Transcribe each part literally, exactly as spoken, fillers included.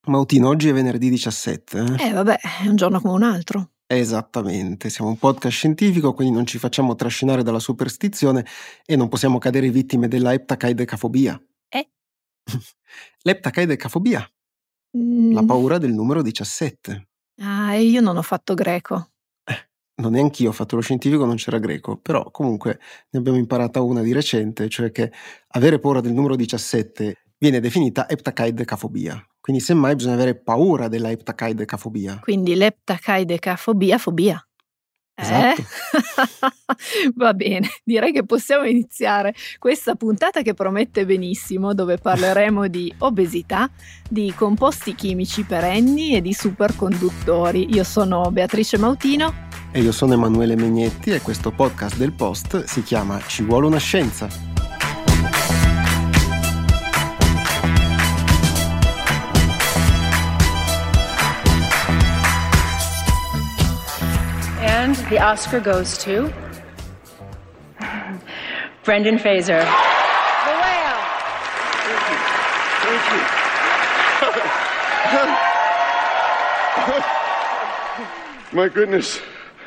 Mautino, oggi è venerdì diciassette. Eh? Eh vabbè, è un giorno come un altro. Esattamente, siamo un podcast scientifico, quindi non ci facciamo trascinare dalla superstizione e non possiamo cadere vittime della eptacaidecafobia. Eh? L'eptacaidecafobia, la Mm, paura del numero diciassette. ah, e io non ho fatto greco. Non neanch'io ho fatto lo scientifico, non c'era greco, però comunque ne abbiamo imparata una di recente, cioè che avere paura del numero diciassette viene definita eptacaidecafobia. Quindi semmai bisogna avere paura della eptacaidecafobia. Quindi l'eptacaidecafobia, fobia. Eh? Esatto. Va bene, direi che possiamo iniziare questa puntata che promette benissimo, dove parleremo di obesità, di composti chimici perenni e di superconduttori. Io sono Beatrice Mautino. E io sono Emanuele Megnetti e questo podcast del Post si chiama Ci vuole una scienza. And the Oscar goes to Brendan Fraser. The whale. Thank you. My goodness.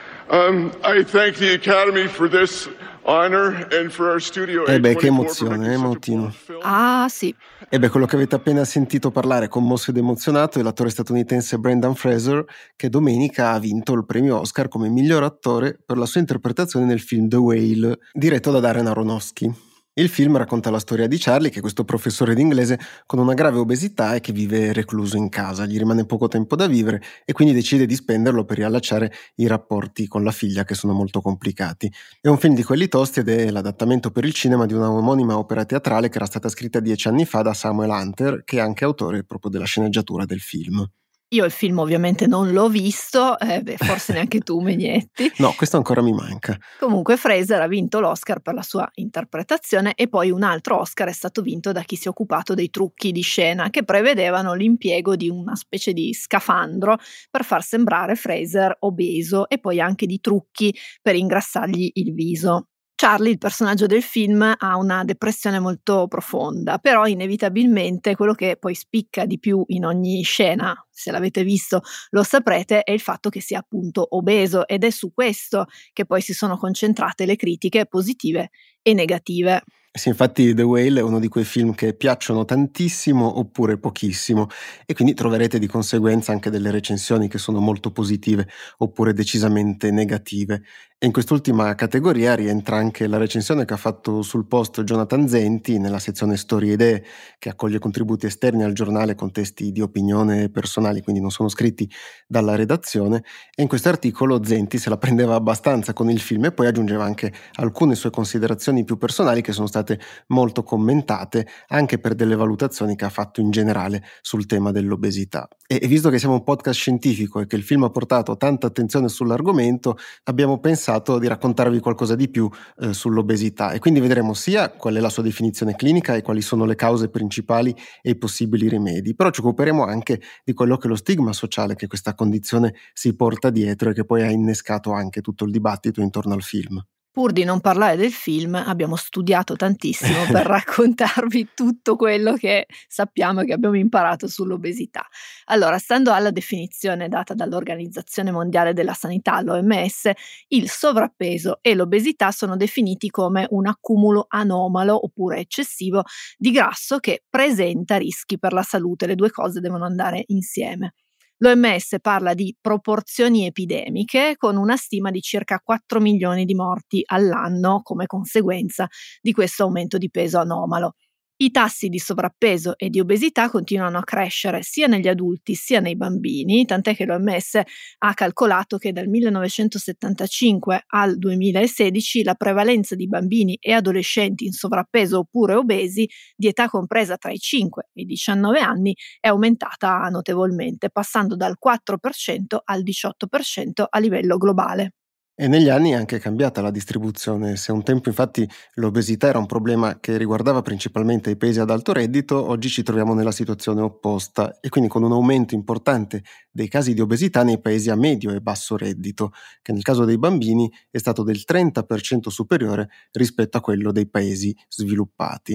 Um, I thank the Academy for this honor and for our studio. Eh beh, che emozione, eh, Mautino? Ah sì, E beh, quello che avete appena sentito parlare commosso ed emozionato è l'attore statunitense Brendan Fraser, che domenica ha vinto il premio Oscar come miglior attore per la sua interpretazione nel film The Whale, diretto da Darren Aronofsky. Il film racconta la storia di Charlie, che è questo professore d'inglese con una grave obesità e che vive recluso in casa. Gli rimane poco tempo da vivere e quindi decide di spenderlo per riallacciare i rapporti con la figlia, che sono molto complicati. È un film di quelli tosti ed è l'adattamento per il cinema di una omonima opera teatrale che era stata scritta dieci anni fa da Samuel Hunter, che è anche autore proprio della sceneggiatura del film. io il film ovviamente non l'ho visto, eh, beh, forse neanche tu, Megnetti. No, questo ancora mi manca. Comunque Fraser ha vinto l'Oscar per la sua interpretazione e poi un altro Oscar è stato vinto da chi si è occupato dei trucchi di scena che prevedevano l'impiego di una specie di scafandro per far sembrare Fraser obeso e poi anche di trucchi per ingrassargli il viso. Charlie, il personaggio del film, ha una depressione molto profonda, però inevitabilmente quello che poi spicca di più in ogni scena, se l'avete visto lo saprete, è il fatto che sia appunto obeso ed è su questo che poi si sono concentrate le critiche positive e negative. Sì, infatti The Whale è uno di quei film che piacciono tantissimo oppure pochissimo e quindi troverete di conseguenza anche delle recensioni che sono molto positive oppure decisamente negative. E in quest'ultima categoria rientra anche la recensione che ha fatto sul Post Jonathan Zenti nella sezione Storie e Idee, che accoglie contributi esterni al giornale con testi di opinione personali, quindi non sono scritti dalla redazione, e in questo articolo Zenti se la prendeva abbastanza con il film e poi aggiungeva anche alcune sue considerazioni più personali che sono state molto commentate anche per delle valutazioni che ha fatto in generale sul tema dell'obesità. E, e visto che siamo un podcast scientifico e che il film ha portato tanta attenzione sull'argomento, abbiamo pensato di raccontarvi qualcosa di più eh, sull'obesità e quindi vedremo sia qual è la sua definizione clinica e quali sono le cause principali e i possibili rimedi, però ci occuperemo anche di quello che è lo stigma sociale che questa condizione si porta dietro e che poi ha innescato anche tutto il dibattito intorno al film. Pur di non parlare del film, abbiamo studiato tantissimo per raccontarvi tutto quello che sappiamo e che abbiamo imparato sull'obesità. Allora, stando alla definizione data dall'Organizzazione Mondiale della Sanità, l'O M S, il sovrappeso e l'obesità sono definiti come un accumulo anomalo oppure eccessivo di grasso che presenta rischi per la salute. Le due cose devono andare insieme. L'O M S parla di proporzioni epidemiche con una stima di circa quattro milioni di morti all'anno come conseguenza di questo aumento di peso anomalo. I tassi di sovrappeso e di obesità continuano a crescere sia negli adulti sia nei bambini, tant'è che l'O M S ha calcolato che dal millenovecentosettantacinque al duemilasedici la prevalenza di bambini e adolescenti in sovrappeso oppure obesi di età compresa tra i cinque e i diciannove anni è aumentata notevolmente, passando dal quattro per cento al diciotto per cento a livello globale. E negli anni è anche cambiata la distribuzione. Se un tempo infatti l'obesità era un problema che riguardava principalmente i paesi ad alto reddito, oggi ci troviamo nella situazione opposta e quindi con un aumento importante dei casi di obesità nei paesi a medio e basso reddito, che nel caso dei bambini è stato del trenta per cento superiore rispetto a quello dei paesi sviluppati.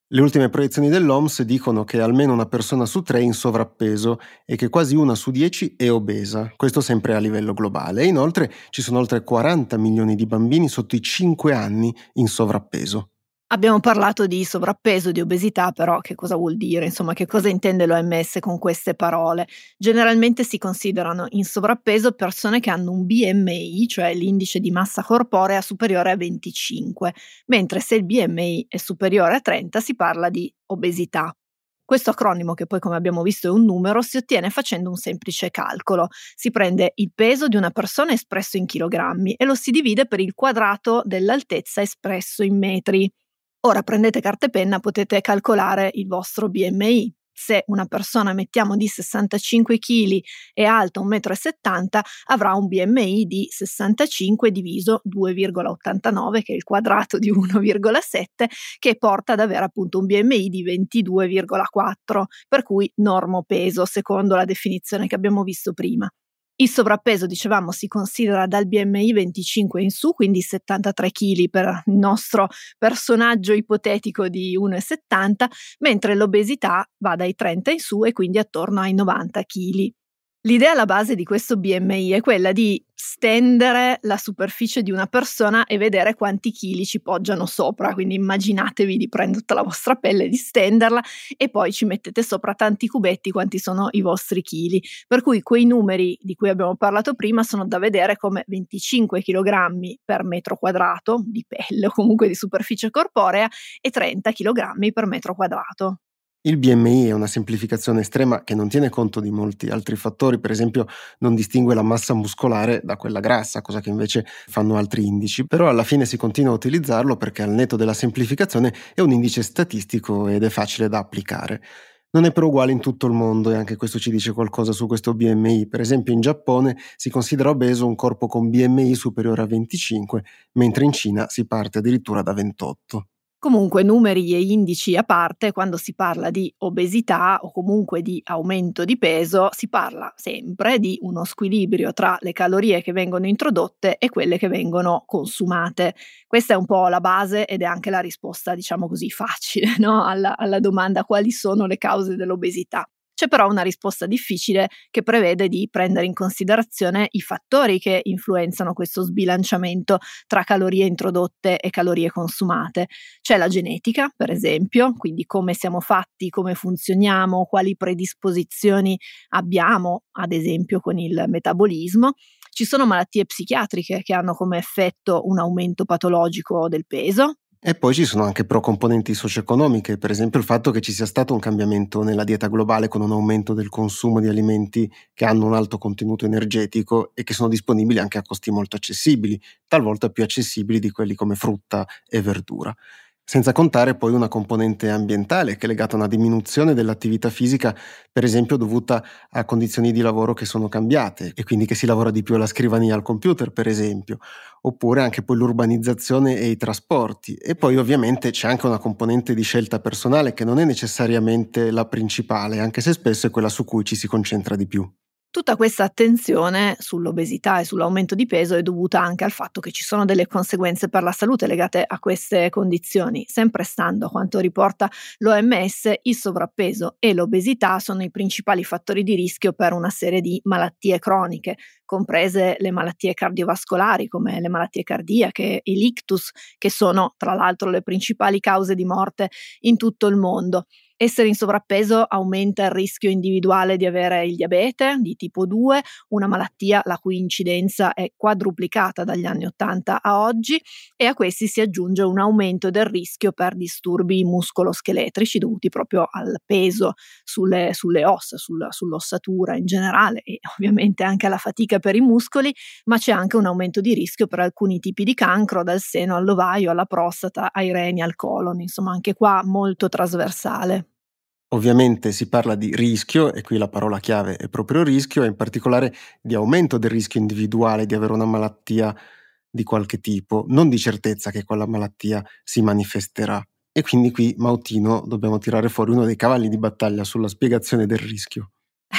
Le ultime proiezioni dell'O M S dicono che almeno una persona su tre è in sovrappeso e che quasi una su dieci è obesa, questo sempre a livello globale. E inoltre ci sono oltre quaranta milioni di bambini sotto i cinque anni in sovrappeso. Abbiamo parlato di sovrappeso, di obesità, però che cosa vuol dire? Insomma, che cosa intende l'O M S con queste parole? Generalmente si considerano in sovrappeso persone che hanno un B M I, cioè l'indice di massa corporea superiore a venticinque, mentre se il B M I è superiore a trenta si parla di obesità. Questo acronimo, che poi come abbiamo visto è un numero, si ottiene facendo un semplice calcolo. Si prende il peso di una persona espresso in chilogrammi e lo si divide per il quadrato dell'altezza espresso in metri. Ora prendete carta e penna, potete calcolare il vostro B M I. Se una persona, mettiamo, di sessantacinque chili è alta un metro e settanta, avrà un B M I di sessantacinque diviso due virgola ottantanove, che è il quadrato di uno virgola sette, che porta ad avere appunto un B M I di ventidue virgola quattro, per cui normopeso, secondo la definizione che abbiamo visto prima. Il sovrappeso, dicevamo, si considera dal B M I venticinque in su, quindi settantatré chili per il nostro personaggio ipotetico di uno virgola settanta, mentre l'obesità va dai trenta in su e quindi attorno ai novanta chili. L'idea alla base di questo B M I è quella di stendere la superficie di una persona e vedere quanti chili ci poggiano sopra, quindi immaginatevi di prendere tutta la vostra pelle, di stenderla e poi ci mettete sopra tanti cubetti quanti sono i vostri chili, per cui quei numeri di cui abbiamo parlato prima sono da vedere come venticinque chilogrammi per metro quadrato di pelle o comunque di superficie corporea e trenta chilogrammi per metro quadrato. Il B M I è una semplificazione estrema che non tiene conto di molti altri fattori, per esempio non distingue la massa muscolare da quella grassa, cosa che invece fanno altri indici, però alla fine si continua a utilizzarlo perché al netto della semplificazione è un indice statistico ed è facile da applicare. Non è però uguale in tutto il mondo e anche questo ci dice qualcosa su questo B M I. Per esempio in Giappone si considera obeso un corpo con B M I superiore a venticinque, mentre in Cina si parte addirittura da ventotto. Comunque, numeri e indici a parte, quando si parla di obesità o comunque di aumento di peso, si parla sempre di uno squilibrio tra le calorie che vengono introdotte e quelle che vengono consumate. Questa è un po' la base ed è anche la risposta, diciamo così, facile, no? alla, alla domanda quali sono le cause dell'obesità. C'è però una risposta difficile che prevede di prendere in considerazione i fattori che influenzano questo sbilanciamento tra calorie introdotte e calorie consumate. C'è la genetica, per esempio, quindi come siamo fatti, come funzioniamo, quali predisposizioni abbiamo, ad esempio con il metabolismo. Ci sono malattie psichiatriche che hanno come effetto un aumento patologico del peso. E poi ci sono anche pro-componenti socio-economiche, per esempio il fatto che ci sia stato un cambiamento nella dieta globale con un aumento del consumo di alimenti che hanno un alto contenuto energetico e che sono disponibili anche a costi molto accessibili, talvolta più accessibili di quelli come frutta e verdura. Senza contare poi una componente ambientale che è legata a una diminuzione dell'attività fisica, per esempio dovuta a condizioni di lavoro che sono cambiate e quindi che si lavora di più alla scrivania, al computer per esempio, oppure anche poi l'urbanizzazione e i trasporti. E poi ovviamente c'è anche una componente di scelta personale che non è necessariamente la principale, anche se spesso è quella su cui ci si concentra di più. Tutta questa attenzione sull'obesità e sull'aumento di peso è dovuta anche al fatto che ci sono delle conseguenze per la salute legate a queste condizioni. Sempre stando a quanto riporta l'O M S, il sovrappeso e l'obesità sono i principali fattori di rischio per una serie di malattie croniche, comprese le malattie cardiovascolari come le malattie cardiache e l'ictus, che sono tra l'altro le principali cause di morte in tutto il mondo. Essere in sovrappeso aumenta il rischio individuale di avere il diabete di tipo due, una malattia la cui incidenza è quadruplicata dagli anni ottanta a oggi, e a questi si aggiunge un aumento del rischio per disturbi muscoloscheletrici dovuti proprio al peso sulle, sulle ossa, sulla, sull'ossatura in generale e ovviamente anche alla fatica per i muscoli, ma c'è anche un aumento di rischio per alcuni tipi di cancro, dal seno all'ovaio, alla prostata, ai reni, al colon, insomma anche qua molto trasversale. Ovviamente si parla di rischio, e qui la parola chiave è proprio rischio, e in particolare di aumento del rischio individuale di avere una malattia di qualche tipo, non di certezza che quella malattia si manifesterà. E quindi qui, Mautino, dobbiamo tirare fuori uno dei cavalli di battaglia sulla spiegazione del rischio.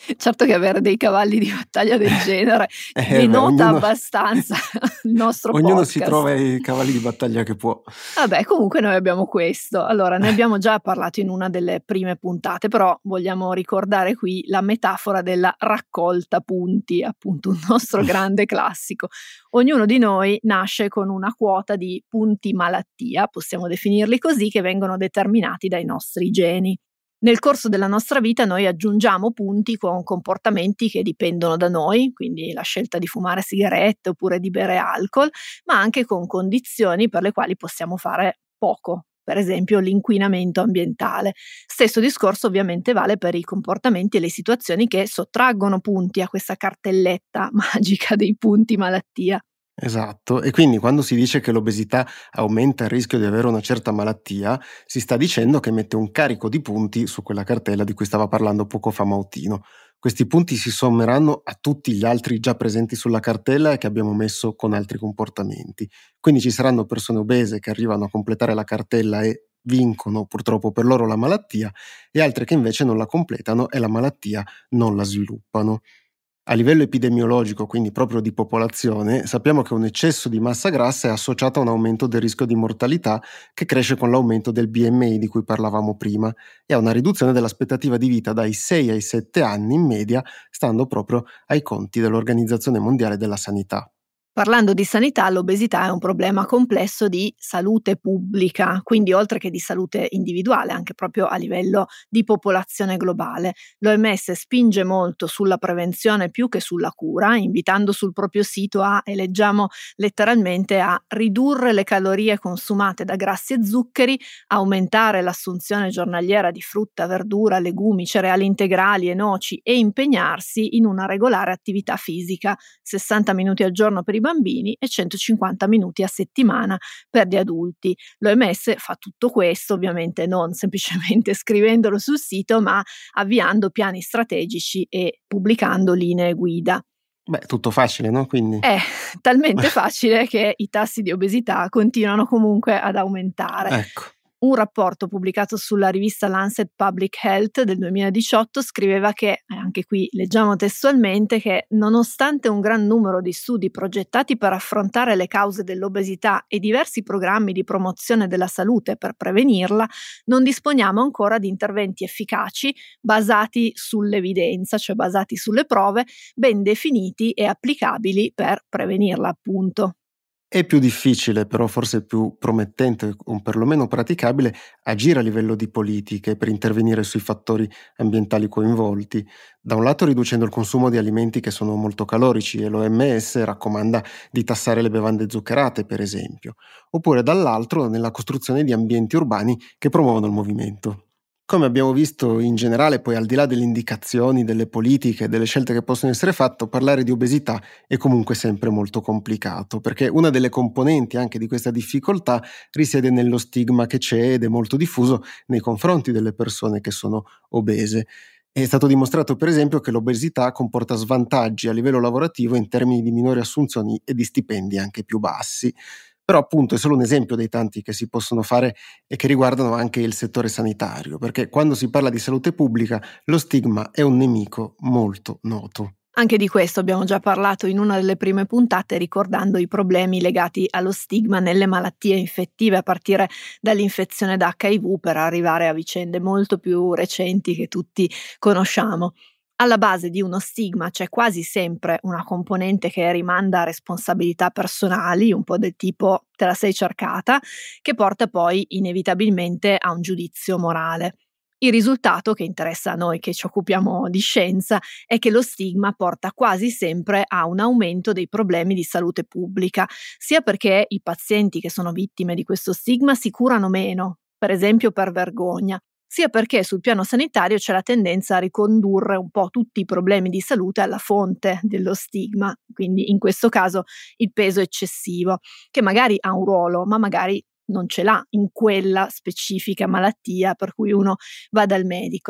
Certo che avere dei cavalli di battaglia del genere Eh, denota beh, ognuno, abbastanza il nostro ognuno si podcast. trova i cavalli di battaglia che può. Vabbè, comunque noi abbiamo questo. Allora, ne abbiamo già parlato in una delle prime puntate, però vogliamo ricordare qui la metafora della raccolta punti, appunto un nostro grande classico. Ognuno di noi nasce con una quota di punti malattia, possiamo definirli così, che vengono determinati dai nostri geni. Nel corso della nostra vita noi aggiungiamo punti con comportamenti che dipendono da noi, quindi la scelta di fumare sigarette oppure di bere alcol, ma anche con condizioni per le quali possiamo fare poco, per esempio l'inquinamento ambientale. Stesso discorso ovviamente vale per i comportamenti e le situazioni che sottraggono punti a questa cartelletta magica dei punti malattia. Esatto, e quindi quando si dice che l'obesità aumenta il rischio di avere una certa malattia, si sta dicendo che mette un carico di punti su quella cartella di cui stava parlando poco fa Mautino. Questi punti si sommeranno a tutti gli altri già presenti sulla cartella e che abbiamo messo con altri comportamenti. Quindi ci saranno persone obese che arrivano a completare la cartella e vincono purtroppo per loro la malattia, e altre che invece non la completano e la malattia non la sviluppano. A livello epidemiologico, quindi proprio di popolazione, sappiamo che un eccesso di massa grassa è associato a un aumento del rischio di mortalità che cresce con l'aumento del B M I di cui parlavamo prima e a una riduzione dell'aspettativa di vita dai sei ai sette anni in media, stando proprio ai conti dell'Organizzazione Mondiale della Sanità. Parlando di sanità, l'obesità è un problema complesso di salute pubblica, quindi oltre che di salute individuale, anche proprio a livello di popolazione globale. L'O M S spinge molto sulla prevenzione più che sulla cura, invitando sul proprio sito a, e leggiamo letteralmente, a ridurre le calorie consumate da grassi e zuccheri, aumentare l'assunzione giornaliera di frutta, verdura, legumi, cereali integrali e noci e impegnarsi in una regolare attività fisica, sessanta minuti al giorno per i bambini e centocinquanta minuti a settimana per gli adulti. L'O M S fa tutto questo ovviamente non semplicemente scrivendolo sul sito, ma avviando piani strategici e pubblicando linee guida. Beh, tutto facile, no? Quindi È talmente facile che i tassi di obesità continuano comunque ad aumentare. ecco. Un rapporto pubblicato sulla rivista Lancet Public Health del duemiladiciotto scriveva che, e anche qui leggiamo testualmente, che nonostante un gran numero di studi progettati per affrontare le cause dell'obesità e diversi programmi di promozione della salute per prevenirla, non disponiamo ancora di interventi efficaci basati sull'evidenza, cioè basati sulle prove, ben definiti e applicabili per prevenirla, appunto. È più difficile, però forse più promettente o perlomeno praticabile, agire a livello di politiche per intervenire sui fattori ambientali coinvolti. Da un lato riducendo il consumo di alimenti che sono molto calorici e l'O M S raccomanda di tassare le bevande zuccherate, per esempio, oppure dall'altro nella costruzione di ambienti urbani che promuovono il movimento. Come abbiamo visto in generale, poi al di là delle indicazioni, delle politiche, delle scelte che possono essere fatte, parlare di obesità è comunque sempre molto complicato, perché una delle componenti anche di questa difficoltà risiede nello stigma che c'è ed è molto diffuso nei confronti delle persone che sono obese. È stato dimostrato per esempio che l'obesità comporta svantaggi a livello lavorativo in termini di minori assunzioni e di stipendi anche più bassi. Però appunto è solo un esempio dei tanti che si possono fare e che riguardano anche il settore sanitario, perché quando si parla di salute pubblica lo stigma è un nemico molto noto. Anche di questo abbiamo già parlato in una delle prime puntate, ricordando i problemi legati allo stigma nelle malattie infettive, a partire dall'infezione da acca i vu per arrivare a vicende molto più recenti che tutti conosciamo. Alla base di uno stigma c'è quasi sempre una componente che rimanda a responsabilità personali, un po' del tipo te la sei cercata, che porta poi inevitabilmente a un giudizio morale. Il risultato che interessa a noi che ci occupiamo di scienza è che lo stigma porta quasi sempre a un aumento dei problemi di salute pubblica, sia perché i pazienti che sono vittime di questo stigma si curano meno, per esempio per vergogna, sia perché sul piano sanitario c'è la tendenza a ricondurre un po' tutti i problemi di salute alla fonte dello stigma, quindi in questo caso il peso eccessivo, che magari ha un ruolo, ma magari non ce l'ha in quella specifica malattia per cui uno va dal medico.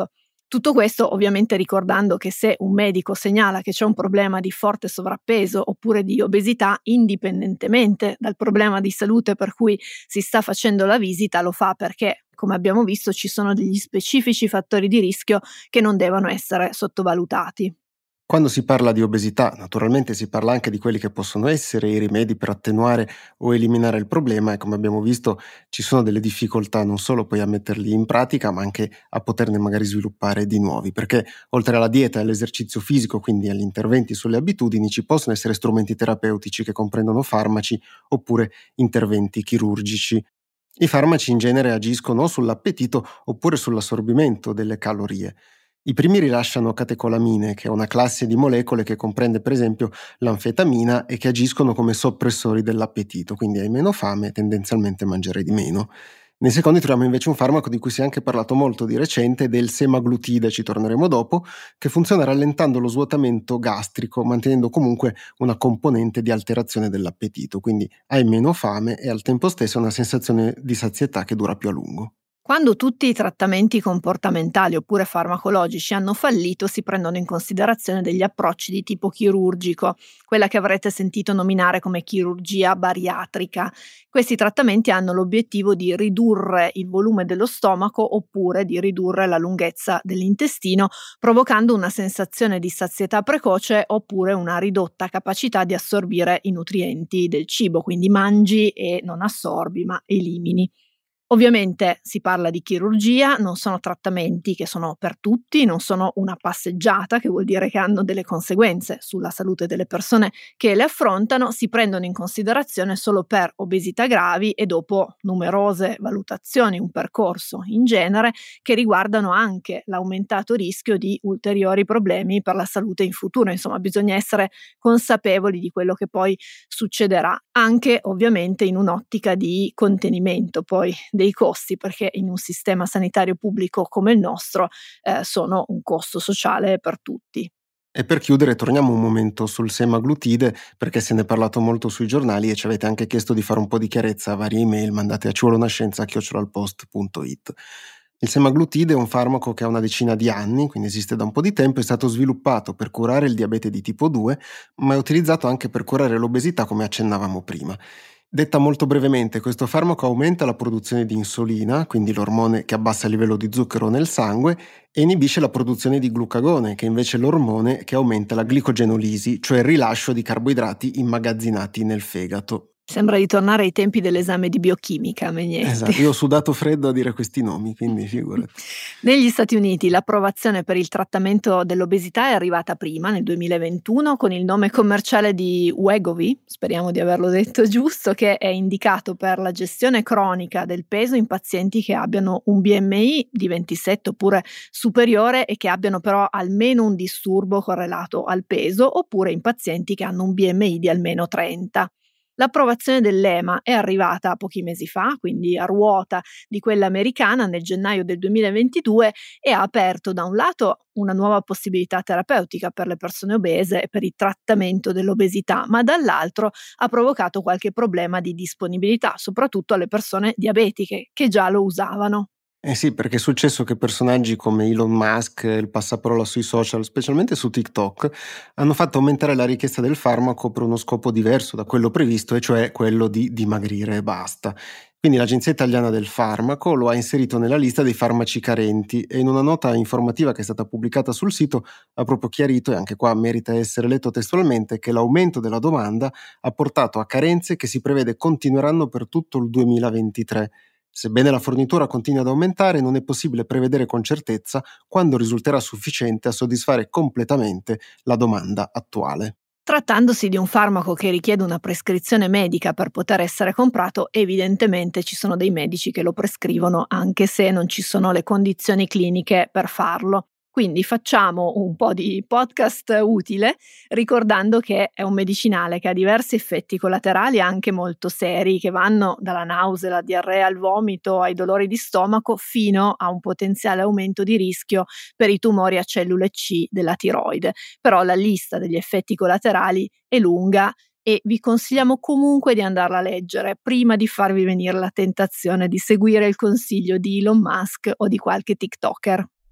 Tutto questo ovviamente ricordando che se un medico segnala che c'è un problema di forte sovrappeso oppure di obesità, indipendentemente dal problema di salute per cui si sta facendo la visita, lo fa perché, come abbiamo visto, ci sono degli specifici fattori di rischio che non devono essere sottovalutati. Quando si parla di obesità, naturalmente si parla anche di quelli che possono essere i rimedi per attenuare o eliminare il problema e come abbiamo visto ci sono delle difficoltà non solo poi a metterli in pratica ma anche a poterne magari sviluppare di nuovi, perché oltre alla dieta e all'esercizio fisico, quindi agli interventi sulle abitudini, ci possono essere strumenti terapeutici che comprendono farmaci oppure interventi chirurgici. I farmaci in genere agiscono o sull'appetito oppure sull'assorbimento delle calorie. I primi rilasciano catecolamine, che è una classe di molecole che comprende per esempio l'anfetamina e che agiscono come soppressori dell'appetito, quindi hai meno fame e tendenzialmente mangerai di meno. Nei secondi troviamo invece un farmaco di cui si è anche parlato molto di recente, del semaglutide, ci torneremo dopo, che funziona rallentando lo svuotamento gastrico, mantenendo comunque una componente di alterazione dell'appetito, quindi hai meno fame e al tempo stesso una sensazione di sazietà che dura più a lungo. Quando tutti i trattamenti comportamentali oppure farmacologici hanno fallito, si prendono in considerazione degli approcci di tipo chirurgico, quella che avrete sentito nominare come chirurgia bariatrica. Questi trattamenti hanno l'obiettivo di ridurre il volume dello stomaco oppure di ridurre la lunghezza dell'intestino, provocando una sensazione di sazietà precoce oppure una ridotta capacità di assorbire i nutrienti del cibo, quindi mangi e non assorbi ma elimini. Ovviamente si parla di chirurgia, non sono trattamenti che sono per tutti, non sono una passeggiata, che vuol dire che hanno delle conseguenze sulla salute delle persone che le affrontano, si prendono in considerazione solo per obesità gravi e dopo numerose valutazioni, un percorso in genere che riguardano anche l'aumentato rischio di ulteriori problemi per la salute in futuro. Insomma, bisogna essere consapevoli di quello che poi succederà, anche ovviamente in un'ottica di contenimento poi dei costi, perché in un sistema sanitario pubblico come il nostro eh, sono un costo sociale per tutti. E per chiudere torniamo un momento sul semaglutide, perché se ne è parlato molto sui giornali e ci avete anche chiesto di fare un po' di chiarezza a varie email mandate a ci vuole una scienza chiocciola al post punto it. Il semaglutide è un farmaco che ha una decina di anni, quindi esiste da un po' di tempo, è stato sviluppato per curare il diabete di tipo due, ma è utilizzato anche per curare l'obesità come accennavamo prima. Detta molto brevemente, questo farmaco aumenta la produzione di insulina, quindi l'ormone che abbassa il livello di zucchero nel sangue, e inibisce la produzione di glucagone, che è invece l'ormone che aumenta la glicogenolisi, cioè il rilascio di carboidrati immagazzinati nel fegato. Sembra di tornare ai tempi dell'esame di biochimica, Megnetti. Esatto, io ho sudato freddo a dire questi nomi, quindi figurati. Negli Stati Uniti l'approvazione per il trattamento dell'obesità è arrivata prima, nel duemilaventuno, con il nome commerciale di Wegovy, speriamo di averlo detto giusto, che è indicato per la gestione cronica del peso in pazienti che abbiano un B M I di ventisette oppure superiore e che abbiano però almeno un disturbo correlato al peso, oppure in pazienti che hanno un B M I di almeno trenta. L'approvazione dell'E M A è arrivata pochi mesi fa, quindi a ruota di quella americana nel gennaio del duemilaventidue, e ha aperto da un lato una nuova possibilità terapeutica per le persone obese e per il trattamento dell'obesità, ma dall'altro ha provocato qualche problema di disponibilità, soprattutto alle persone diabetiche che già lo usavano. Eh sì, perché è successo che personaggi come Elon Musk, il passaparola sui social, specialmente su TikTok, hanno fatto aumentare la richiesta del farmaco per uno scopo diverso da quello previsto, e cioè quello di dimagrire e basta. Quindi l'Agenzia Italiana del Farmaco lo ha inserito nella lista dei farmaci carenti e in una nota informativa che è stata pubblicata sul sito ha proprio chiarito, e anche qua merita essere letto testualmente, che l'aumento della domanda ha portato a carenze che si prevede continueranno per tutto il duemilaventitré. Sebbene la fornitura continui ad aumentare, non è possibile prevedere con certezza quando risulterà sufficiente a soddisfare completamente la domanda attuale. Trattandosi di un farmaco che richiede una prescrizione medica per poter essere comprato, evidentemente ci sono dei medici che lo prescrivono anche se non ci sono le condizioni cliniche per farlo. Quindi facciamo un po' di podcast utile ricordando che è un medicinale che ha diversi effetti collaterali anche molto seri, che vanno dalla nausea, alla diarrea, al vomito, ai dolori di stomaco, fino a un potenziale aumento di rischio per i tumori a cellule C della tiroide. Però la lista degli effetti collaterali è lunga e vi consigliamo comunque di andarla a leggere prima di farvi venire la tentazione di seguire il consiglio di Elon Musk o di qualche TikToker.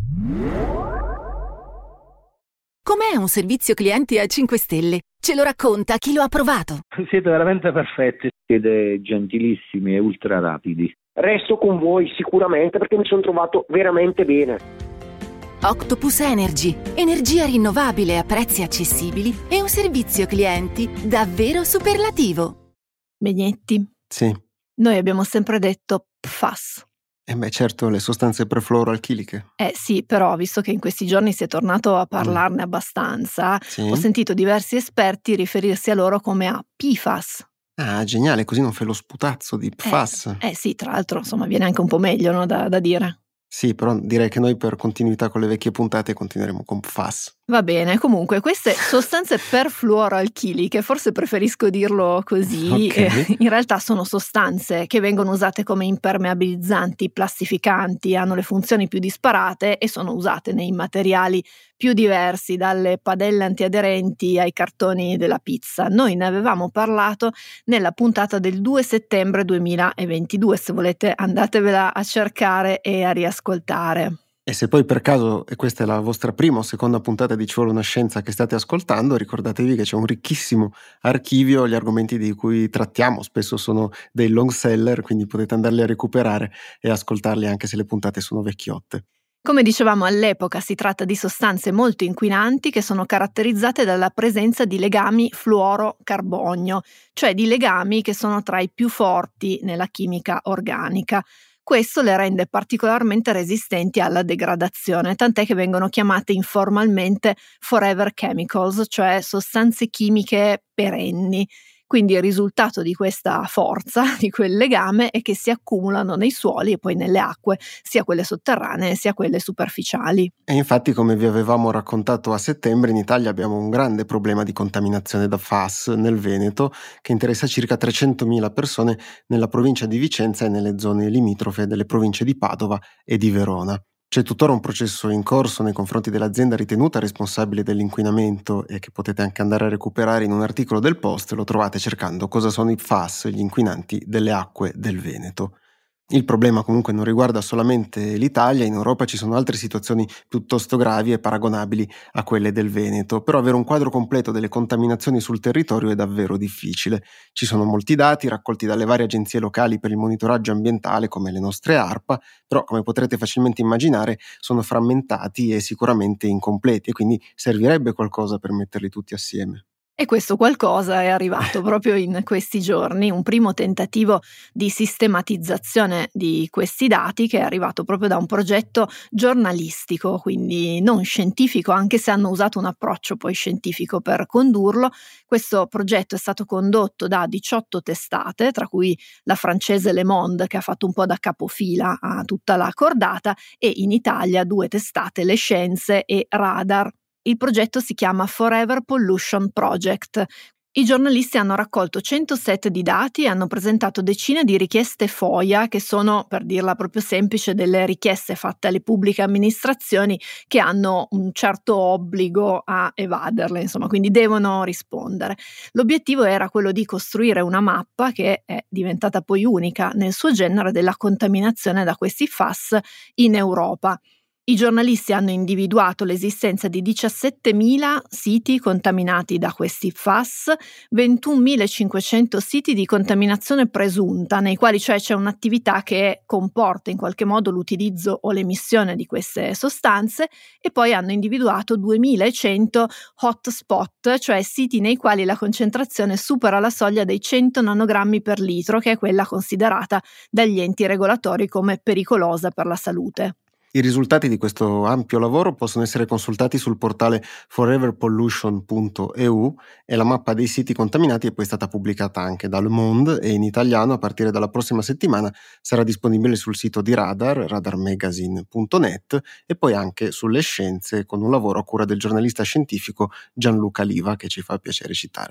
Com'è un servizio clienti a cinque stelle? Ce lo racconta chi lo ha provato. Siete veramente perfetti, siete gentilissimi e ultra rapidi. Resto con voi sicuramente perché mi sono trovato veramente bene. Octopus Energy, energia rinnovabile a prezzi accessibili e un servizio clienti davvero superlativo. Begnetti, Sì. noi abbiamo sempre detto P F A S. E beh, certo, le sostanze perfluoroalchiliche. Eh sì, però visto che in questi giorni si è tornato a parlarne abbastanza, Sì. ho sentito diversi esperti riferirsi a loro come a P F A S. Ah, geniale, così non fai lo sputazzo di P F A S. Eh, eh sì, tra l'altro, insomma, viene anche un po' meglio, no, da, da dire. Sì, però direi che noi per continuità con le vecchie puntate continueremo con P F A S. Va bene, comunque queste sostanze perfluoroalchiliche, forse preferisco dirlo così, Ok. eh, in realtà sono sostanze che vengono usate come impermeabilizzanti, plastificanti, hanno le funzioni più disparate e sono usate nei materiali più diversi, dalle padelle antiaderenti ai cartoni della pizza. Noi ne avevamo parlato nella puntata del due settembre duemilaventidue, se volete andatevela a cercare e a riascoltare. E se poi per caso, e questa è la vostra prima o seconda puntata di Ci vuole una scienza che state ascoltando, ricordatevi che c'è un ricchissimo archivio, gli argomenti di cui trattiamo spesso sono dei long seller, quindi potete andarli a recuperare e ascoltarli anche se le puntate sono vecchiotte. Come dicevamo all'epoca, si tratta di sostanze molto inquinanti che sono caratterizzate dalla presenza di legami fluoro-carbonio, cioè di legami che sono tra i più forti nella chimica organica. Questo le rende particolarmente resistenti alla degradazione, tant'è che vengono chiamate informalmente forever chemicals, cioè sostanze chimiche perenni. Quindi il risultato di questa forza, di quel legame, è che si accumulano nei suoli e poi nelle acque, sia quelle sotterranee sia quelle superficiali. E infatti, come vi avevamo raccontato a settembre, in Italia abbiamo un grande problema di contaminazione da F A S nel Veneto, che interessa circa trecentomila persone nella provincia di Vicenza e nelle zone limitrofe delle province di Padova e di Verona. C'è tuttora un processo in corso nei confronti dell'azienda ritenuta responsabile dell'inquinamento e che potete anche andare a recuperare in un articolo del Post, lo trovate cercando cosa sono i F A S, gli inquinanti delle acque del Veneto. Il problema comunque non riguarda solamente l'Italia, in Europa ci sono altre situazioni piuttosto gravi e paragonabili a quelle del Veneto, però avere un quadro completo delle contaminazioni sul territorio è davvero difficile. Ci sono molti dati raccolti dalle varie agenzie locali per il monitoraggio ambientale come le nostre ARPA, però come potrete facilmente immaginare sono frammentati e sicuramente incompleti e quindi servirebbe qualcosa per metterli tutti assieme. E questo qualcosa è arrivato proprio in questi giorni, un primo tentativo di sistematizzazione di questi dati che è arrivato proprio da un progetto giornalistico, quindi non scientifico, anche se hanno usato un approccio poi scientifico per condurlo. Questo progetto è stato condotto da diciotto testate, tra cui la francese Le Monde, che ha fatto un po' da capofila a tutta la cordata, e in Italia due testate, Le Scienze e Radar. Il progetto si chiama Forever Pollution Project. I giornalisti hanno raccolto cento set di dati e hanno presentato decine di richieste FOIA, che sono, per dirla proprio semplice, delle richieste fatte alle pubbliche amministrazioni che hanno un certo obbligo a evaderle, insomma, quindi devono rispondere. L'obiettivo era quello di costruire una mappa che è diventata poi unica nel suo genere della contaminazione da questi F A S in Europa. I giornalisti hanno individuato l'esistenza di diciassettemila siti contaminati da questi F A S, ventunomilacinquecento siti di contaminazione presunta, nei quali cioè c'è un'attività che comporta in qualche modo l'utilizzo o l'emissione di queste sostanze, e poi hanno individuato duemilacento hotspot, cioè siti nei quali la concentrazione supera la soglia dei cento nanogrammi per litro, che è quella considerata dagli enti regolatori come pericolosa per la salute. I risultati di questo ampio lavoro possono essere consultati sul portale forever pollution punto e u e la mappa dei siti contaminati è poi stata pubblicata anche da Le Monde e in italiano a partire dalla prossima settimana sarà disponibile sul sito di Radar, radarmagazine punto net, e poi anche sulle Scienze con un lavoro a cura del giornalista scientifico Gianluca Liva che ci fa piacere citare.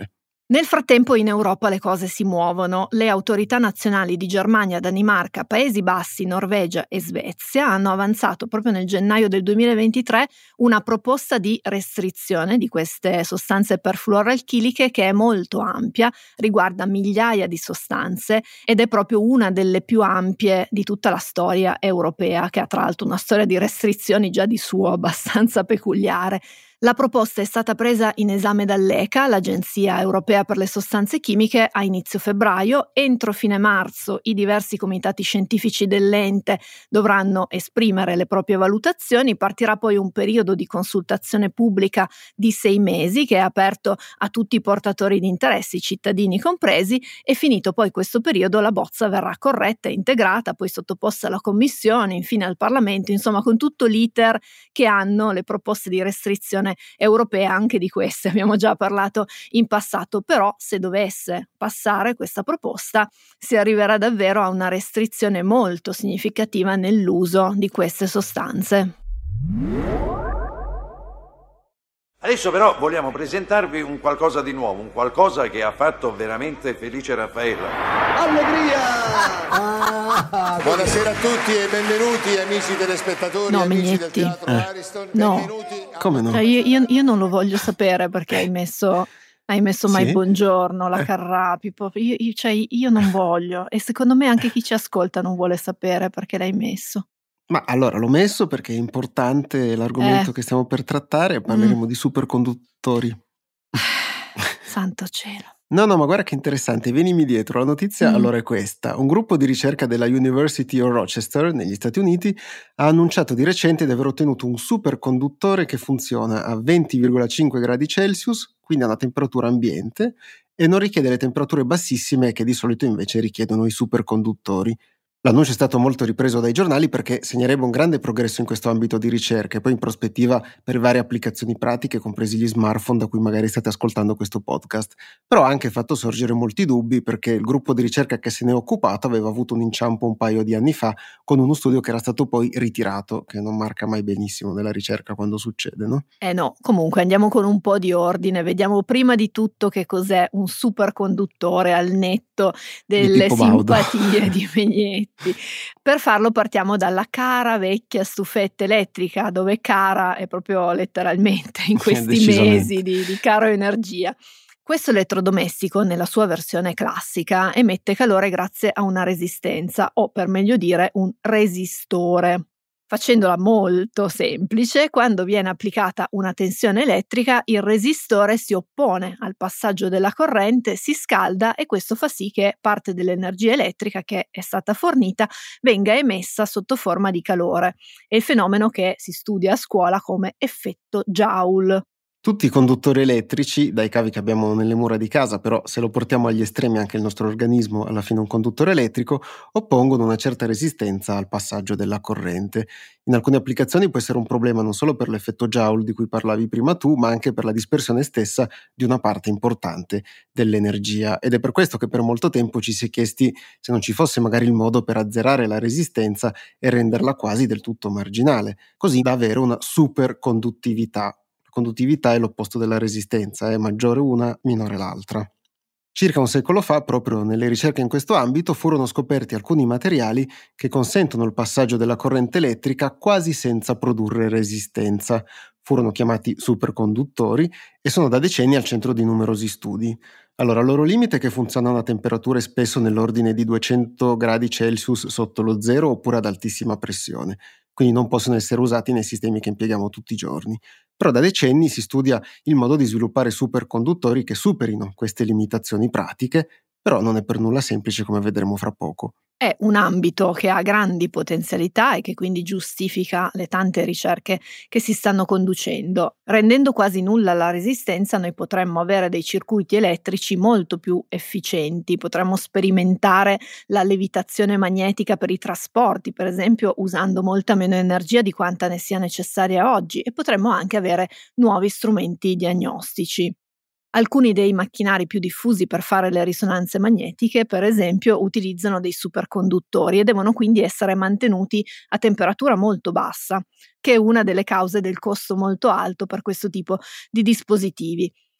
Nel frattempo in Europa le cose si muovono. Le autorità nazionali di Germania, Danimarca, Paesi Bassi, Norvegia e Svezia hanno avanzato proprio nel gennaio del duemilaventitré una proposta di restrizione di queste sostanze perfluoroalchiliche che è molto ampia, riguarda migliaia di sostanze ed è proprio una delle più ampie di tutta la storia europea, che ha tra l'altro una storia di restrizioni già di suo abbastanza peculiare. La proposta è stata presa in esame dall'E C A, l'Agenzia Europea per le Sostanze Chimiche, a inizio febbraio. Entro fine marzo i diversi comitati scientifici dell'ente dovranno esprimere le proprie valutazioni. Partirà poi un periodo di consultazione pubblica di sei mesi che è aperto a tutti i portatori di interessi, cittadini compresi, e finito poi questo periodo la bozza verrà corretta e integrata, poi sottoposta alla Commissione, infine al Parlamento, insomma con tutto l'iter che hanno le proposte di restrizione europea. Anche di queste abbiamo già parlato in passato, però se dovesse passare questa proposta si arriverà davvero a una restrizione molto significativa nell'uso di queste sostanze. Adesso però vogliamo presentarvi un qualcosa di nuovo, un qualcosa che ha fatto veramente felice Raffaella. Allegria! Ah, buonasera a tutti e benvenuti amici telespettatori, no, amici Mignetti. del Teatro eh. Ariston. No. Benvenuti. Come no? Cioè, io, io, io non lo voglio sapere perché hai messo... Hai messo mai Sì? Buongiorno, la Eh. Carrapi, proprio. Io, io, cioè, io non voglio, e secondo me anche chi ci ascolta non vuole sapere perché l'hai messo. Ma allora l'ho messo perché è importante l'argomento Eh. che stiamo per trattare, parleremo Mm. di superconduttori. Santo cielo. No, no, ma guarda che interessante, venimi dietro. La notizia Mm. allora è questa. Un gruppo di ricerca della University of Rochester, negli Stati Uniti, ha annunciato di recente di aver ottenuto un superconduttore che funziona a venti virgola cinque gradi Celsius, quindi a una temperatura ambiente, e non richiede le temperature bassissime che di solito invece richiedono i superconduttori. L'annuncio è stato molto ripreso dai giornali perché segnerebbe un grande progresso in questo ambito di ricerca e poi in prospettiva per varie applicazioni pratiche, compresi gli smartphone da cui magari state ascoltando questo podcast. Però ha anche fatto sorgere molti dubbi perché il gruppo di ricerca che se ne è occupato aveva avuto un inciampo un paio di anni fa con uno studio che era stato poi ritirato, che non marca mai benissimo nella ricerca quando succede, no? Eh no, comunque andiamo con un po' di ordine, vediamo prima di tutto che cos'è un superconduttore al netto delle Pippo Baudo. simpatie di Mignetti. Per farlo partiamo dalla cara vecchia stufetta elettrica, dove cara è proprio letteralmente in questi Decisamente. mesi di, di caro energia. Questo elettrodomestico, nella sua versione classica, emette calore grazie a una resistenza, o per meglio dire un resistore. Facendola molto semplice, quando viene applicata una tensione elettrica, il resistore si oppone al passaggio della corrente, si scalda e questo fa sì che parte dell'energia elettrica che è stata fornita venga emessa sotto forma di calore. È il fenomeno che si studia a scuola come effetto Joule. Tutti i conduttori elettrici, dai cavi che abbiamo nelle mura di casa, però se lo portiamo agli estremi anche il nostro organismo, alla fine un conduttore elettrico, oppongono una certa resistenza al passaggio della corrente. In alcune applicazioni può essere un problema non solo per l'effetto Joule di cui parlavi prima tu, ma anche per la dispersione stessa di una parte importante dell'energia. Ed è per questo che per molto tempo ci si è chiesti se non ci fosse magari il modo per azzerare la resistenza e renderla quasi del tutto marginale, così da avere una superconduttività. La conduttività è l'opposto della resistenza, è maggiore una, minore l'altra. Circa un secolo fa, proprio nelle ricerche in questo ambito, furono scoperti alcuni materiali che consentono il passaggio della corrente elettrica quasi senza produrre resistenza. Furono chiamati superconduttori e sono da decenni al centro di numerosi studi. Allora, il loro limite è che funzionano a temperature spesso nell'ordine di duecento gradi Celsius sotto lo zero oppure ad altissima pressione, quindi non possono essere usati nei sistemi che impieghiamo tutti i giorni. Però da decenni si studia il modo di sviluppare superconduttori che superino queste limitazioni pratiche, però non è per nulla semplice, come vedremo fra poco. È un ambito che ha grandi potenzialità e che quindi giustifica le tante ricerche che si stanno conducendo. Rendendo quasi nulla la resistenza, noi potremmo avere dei circuiti elettrici molto più efficienti, potremmo sperimentare la levitazione magnetica per i trasporti, per esempio, usando molta meno energia di quanta ne sia necessaria oggi, e potremmo anche avere nuovi strumenti diagnostici. Alcuni dei macchinari più diffusi per fare le risonanze magnetiche, per esempio, utilizzano dei superconduttori e devono quindi essere mantenuti a temperatura molto bassa, che è una delle cause del costo molto alto per questo tipo di dispositivi.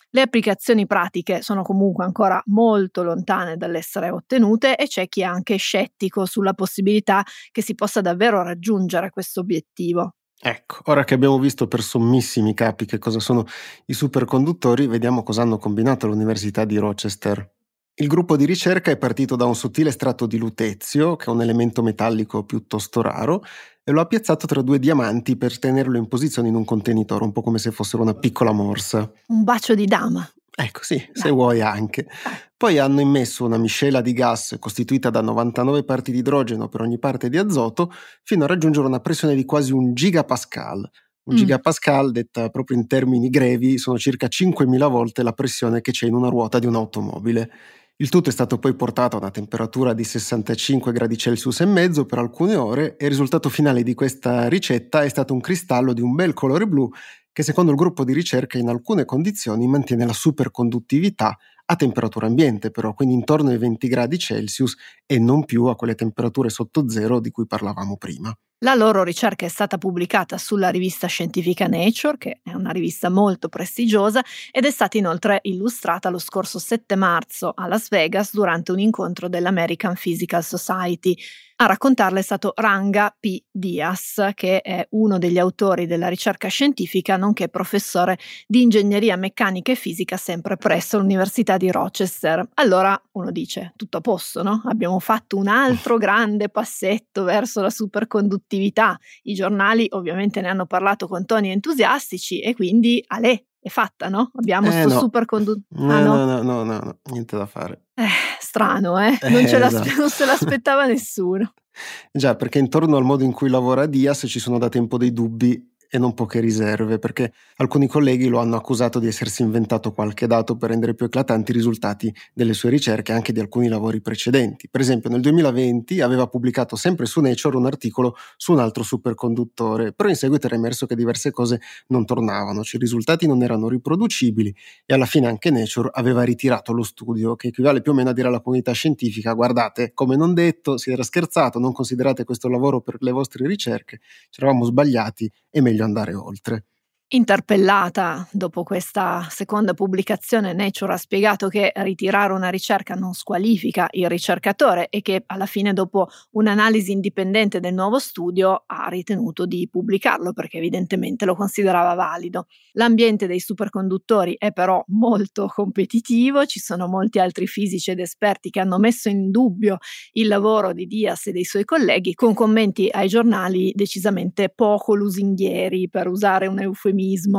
Le applicazioni pratiche sono comunque ancora molto lontane dall'essere ottenute e c'è chi è anche scettico sulla possibilità che si possa davvero raggiungere questo obiettivo. Ecco, ora che abbiamo visto per sommissimi capi che cosa sono i superconduttori, vediamo cosa hanno combinato all'Università di Rochester. Il gruppo di ricerca è partito da un sottile strato di lutezio, che è un elemento metallico piuttosto raro, e lo ha piazzato tra due diamanti per tenerlo in posizione in un contenitore, un po' come se fossero una piccola morsa. Un bacio di dama. Ecco, sì, se vuoi anche. Poi hanno immesso una miscela di gas costituita da novantanove parti di idrogeno per ogni parte di azoto, fino a raggiungere una pressione di quasi un gigapascal. Un mm. gigapascal, detta proprio in termini grevi, sono circa cinquemila volte la pressione che c'è in una ruota di un'automobile. Il tutto è stato poi portato a una temperatura di sessantacinque gradi Celsius e mezzo per alcune ore e il risultato finale di questa ricetta è stato un cristallo di un bel colore blu che secondo il gruppo di ricerca in alcune condizioni mantiene la superconduttività a temperatura ambiente però, quindi intorno ai venti gradi Celsius e non più a quelle temperature sotto zero di cui parlavamo prima. La loro ricerca è stata pubblicata sulla rivista scientifica Nature, che è una rivista molto prestigiosa, ed è stata inoltre illustrata lo scorso sette marzo a Las Vegas durante un incontro dell'American Physical Society. A raccontarla è stato Ranga P. Dias, che è uno degli autori della ricerca scientifica, nonché professore di ingegneria meccanica e fisica sempre presso l'Università di Rochester. Allora uno dice, tutto a posto, no? Abbiamo fatto un altro grande passetto verso la superconduttività. I giornali ovviamente ne hanno parlato con toni entusiastici e quindi alè, è fatta, no? Abbiamo eh sto no. superconduttivo. Ah, no, no, no, no, no, no, niente da fare. Eh, strano, eh? Non, Eh, ce esatto. non se l'aspettava nessuno. Già, perché intorno al modo in cui lavora Dias ci sono da tempo dei dubbi e non poche riserve, perché alcuni colleghi lo hanno accusato di essersi inventato qualche dato per rendere più eclatanti i risultati delle sue ricerche e anche di alcuni lavori precedenti. Per esempio, nel duemilaventi aveva pubblicato sempre su Nature un articolo su un altro superconduttore, però in seguito era emerso che diverse cose non tornavano, cioè i risultati non erano riproducibili e alla fine anche Nature aveva ritirato lo studio, che equivale più o meno a dire alla comunità scientifica: guardate, come non detto, si era scherzato, non considerate questo lavoro per le vostre ricerche, ci eravamo sbagliati, è meglio andare oltre. Interpellata dopo questa seconda pubblicazione, Nature ha spiegato che ritirare una ricerca non squalifica il ricercatore e che alla fine, dopo un'analisi indipendente del nuovo studio, ha ritenuto di pubblicarlo perché evidentemente lo considerava valido. L'ambiente dei superconduttori è però molto competitivo, ci sono molti altri fisici ed esperti che hanno messo in dubbio il lavoro di Dias e dei suoi colleghi, con commenti ai giornali decisamente poco lusinghieri, per usare un eufemismo.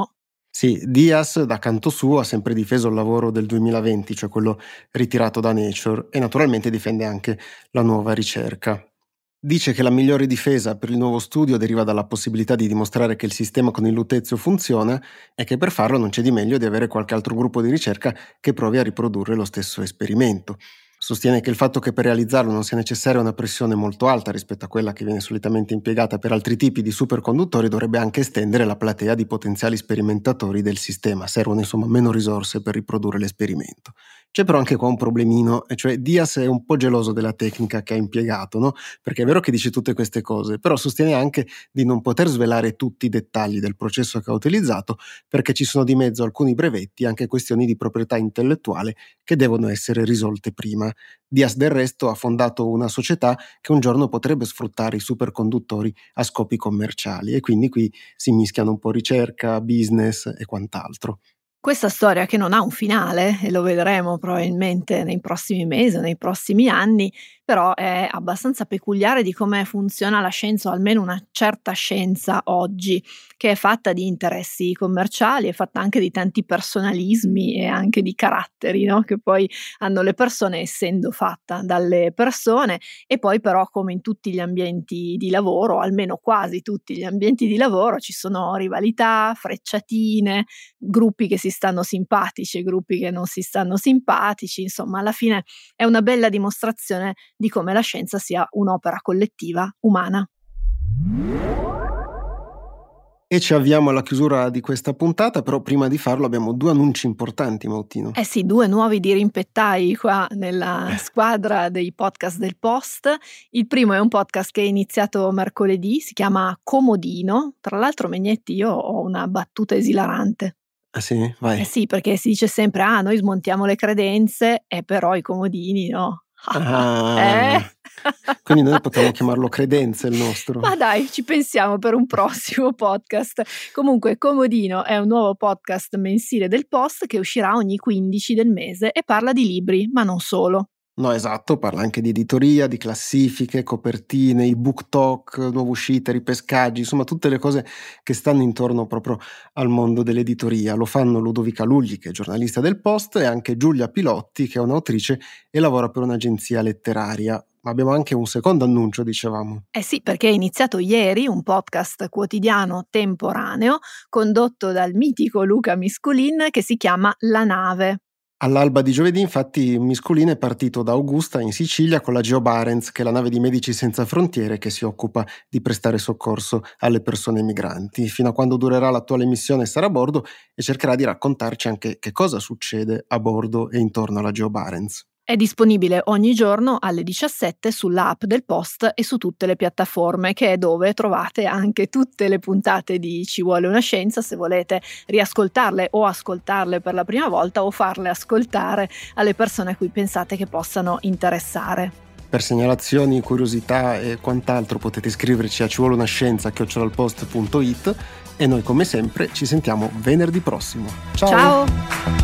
Sì, Dias da canto suo ha sempre difeso il lavoro del duemilaventi, cioè quello ritirato da Nature, e naturalmente difende anche la nuova ricerca. Dice che la migliore difesa per il nuovo studio deriva dalla possibilità di dimostrare che il sistema con il lutezio funziona e che per farlo non c'è di meglio di avere qualche altro gruppo di ricerca che provi a riprodurre lo stesso esperimento. Sostiene che il fatto che per realizzarlo non sia necessaria una pressione molto alta rispetto a quella che viene solitamente impiegata per altri tipi di superconduttori dovrebbe anche estendere la platea di potenziali sperimentatori del sistema. Servono insomma meno risorse per riprodurre l'esperimento. C'è però anche qua un problemino, e cioè Dias è un po' geloso della tecnica che ha impiegato, no? Perché è vero che dice tutte queste cose, però sostiene anche di non poter svelare tutti i dettagli del processo che ha utilizzato, perché ci sono di mezzo alcuni brevetti e anche questioni di proprietà intellettuale che devono essere risolte prima. Dias del resto ha fondato una società che un giorno potrebbe sfruttare i superconduttori a scopi commerciali e quindi qui si mischiano un po' ricerca, business e quant'altro. Questa storia, che non ha un finale, e lo vedremo probabilmente nei prossimi mesi o nei prossimi anni, però è abbastanza peculiare di come funziona la scienza, o almeno una certa scienza oggi, che è fatta di interessi commerciali, è fatta anche di tanti personalismi e anche di caratteri, no? Che poi hanno le persone, essendo fatta dalle persone, e poi però, come in tutti gli ambienti di lavoro, almeno quasi tutti gli ambienti di lavoro, ci sono rivalità, frecciatine, gruppi che si stanno simpatici e gruppi che non si stanno simpatici. Insomma, alla fine è una bella dimostrazione di come la scienza sia un'opera collettiva umana. E ci avviamo alla chiusura di questa puntata, però prima di farlo abbiamo due annunci importanti, Mautino. Eh sì, due nuovi dirimpettai qua nella squadra dei podcast del Post. Il primo è un podcast che è iniziato mercoledì, si chiama Comodino. Tra l'altro, Megnetti, io ho una battuta esilarante. Ah sì? Vai. Eh sì, perché si dice sempre, ah, noi smontiamo le credenze, e però i comodini no. Ah, eh? Quindi noi potremmo chiamarlo credenze il nostro. Ma dai, ci pensiamo per un prossimo podcast. Comunque, Comodino è un nuovo podcast mensile del Post che uscirà ogni quindici del mese e parla di libri, ma non solo. No, esatto, parla anche di editoria, di classifiche, copertine, i book talk, nuove uscite, ripescaggi, insomma tutte le cose che stanno intorno proprio al mondo dell'editoria. Lo fanno Ludovica Lugli, che è giornalista del Post, e anche Giulia Pilotti, che è un'autrice e lavora per un'agenzia letteraria. Ma abbiamo anche un secondo annuncio, dicevamo. Eh sì, perché è iniziato ieri un podcast quotidiano temporaneo condotto dal mitico Luca Misculin che si chiama La Nave. All'alba di giovedì, infatti, Misculin è partito da Augusta in Sicilia con la Geo Barents, che è la nave di Medici Senza Frontiere che si occupa di prestare soccorso alle persone migranti. Fino a quando durerà l'attuale missione sarà a bordo e cercherà di raccontarci anche che cosa succede a bordo e intorno alla Geo Barents. È disponibile ogni giorno alle diciassette sull'app del Post e su tutte le piattaforme, che è dove trovate anche tutte le puntate di Ci vuole una scienza, se volete riascoltarle o ascoltarle per la prima volta o farle ascoltare alle persone a cui pensate che possano interessare. Per segnalazioni, curiosità e quant'altro potete scriverci a ci vuole una scienza chiocciola il post punto it e noi come sempre ci sentiamo venerdì prossimo. Ciao! Ciao!